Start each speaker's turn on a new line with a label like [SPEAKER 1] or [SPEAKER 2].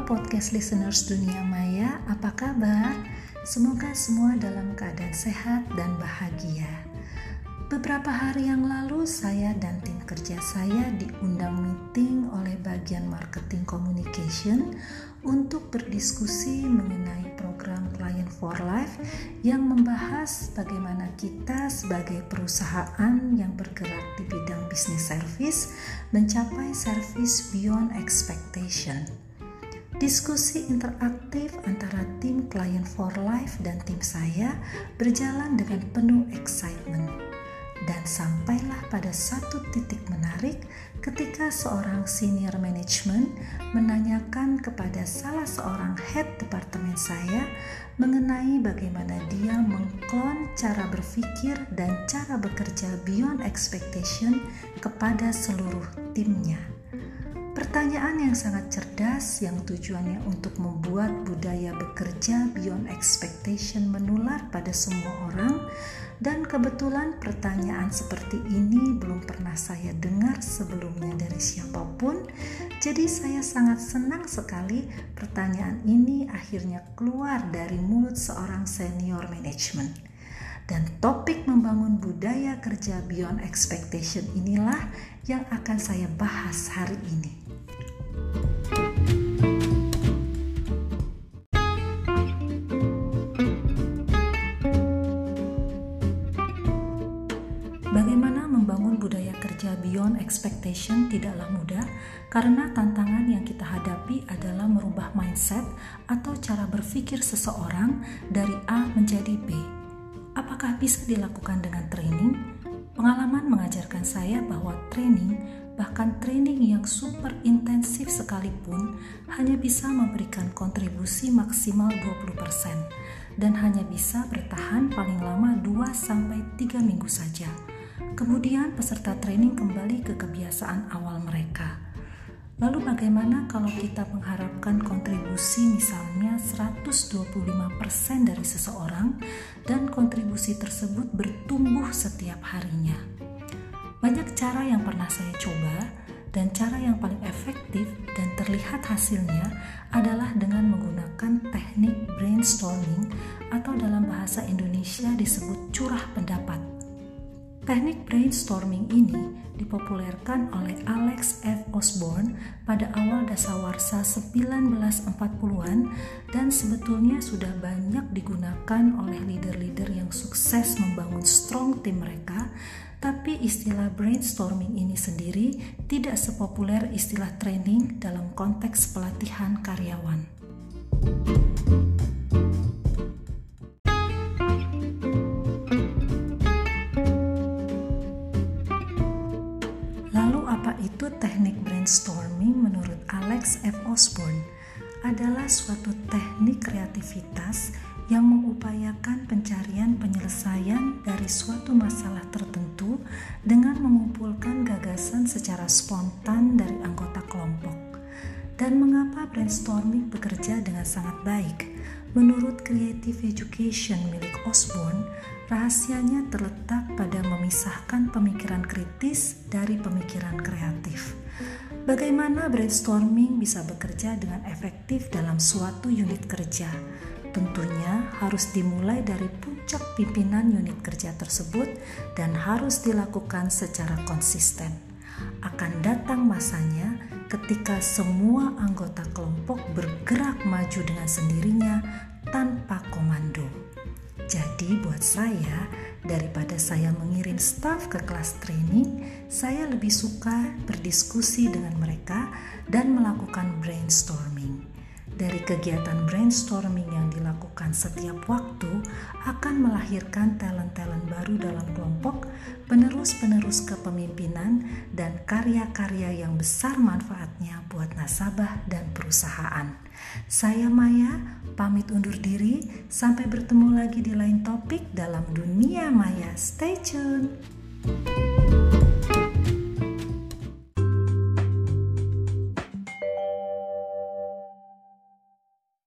[SPEAKER 1] podcast listeners Dunia Maya, apa kabar? Semoga semua dalam keadaan sehat dan bahagia. Beberapa hari yang lalu saya dan tim kerja saya diundang meeting oleh bagian marketing communication untuk berdiskusi mengenai program Client for Life yang membahas bagaimana kita sebagai perusahaan yang bergerak di bidang bisnis service mencapai service beyond expectation. Diskusi interaktif antara tim Client for Life dan tim saya berjalan dengan penuh excitement. Dan sampailah pada satu titik menarik ketika seorang senior management menanyakan kepada salah seorang head departemen saya mengenai bagaimana dia mengklon cara berpikir dan cara bekerja beyond expectation kepada seluruh timnya. Pertanyaan yang sangat cerdas yang tujuannya untuk membuat budaya bekerja beyond expectation menular pada semua orang, dan kebetulan pertanyaan seperti ini belum pernah saya dengar sebelumnya dari siapapun. Jadi saya sangat senang sekali pertanyaan ini akhirnya keluar dari mulut seorang senior management. Dan topik membangun budaya kerja beyond expectation inilah yang akan saya bahas hari ini. Bagaimana membangun budaya kerja beyond expectation tidaklah mudah karena tantangan yang kita hadapi adalah merubah mindset atau cara berpikir seseorang dari A menjadi B. Apakah bisa dilakukan dengan training? Pengalaman mengajarkan saya bahwa training, bahkan training yang super intensif sekalipun, hanya bisa memberikan kontribusi maksimal 20% dan hanya bisa bertahan paling lama 2-3 minggu saja. Kemudian peserta training kembali ke kebiasaan awal mereka. Lalu bagaimana kalau kita mengharapkan kontribusi misalnya 125% dari seseorang dan kontribusi tersebut bertumbuh setiap harinya? Banyak cara yang pernah saya coba dan cara yang paling efektif dan terlihat hasilnya adalah dengan menggunakan teknik brainstorming atau dalam bahasa Indonesia disebut curah pendapat. Teknik brainstorming ini dipopulerkan oleh Alex F. Osborne pada awal dasawarsa 1940-an dan sebetulnya sudah banyak digunakan oleh leader-leader yang sukses membangun strong tim mereka, tapi istilah brainstorming ini sendiri tidak sepopuler istilah training dalam konteks pelatihan karyawan. Itu teknik brainstorming menurut Alex F. Osborne adalah suatu teknik kreativitas yang mengupayakan pencarian penyelesaian dari suatu masalah tertentu dengan mengumpulkan gagasan secara spontan dari anggota kelompok. Dan mengapa brainstorming bekerja dengan sangat baik? Menurut Creative Education milik Osborne, rahasianya terletak pada memisahkan pemikiran kritis dari pemikiran kreatif. Bagaimana brainstorming bisa bekerja dengan efektif dalam suatu unit kerja? Tentunya harus dimulai dari puncak pimpinan unit kerja tersebut dan harus dilakukan secara konsisten. Akan datang masanya ketika semua anggota kelompok bergerak maju dengan sendirinya tanpa komando. Jadi buat saya, daripada saya mengirim staf ke kelas training, saya lebih suka berdiskusi dengan mereka dan melakukan brainstorming. Dari kegiatan brainstorming yang dilakukan setiap waktu akan melahirkan talent-talent baru dalam kelompok, penerus-penerus kepemimpinan, dan karya-karya yang besar manfaatnya buat nasabah dan perusahaan. Saya Maya, pamit undur diri. Sampai bertemu lagi di lain topik dalam Dunia Maya. Stay tune.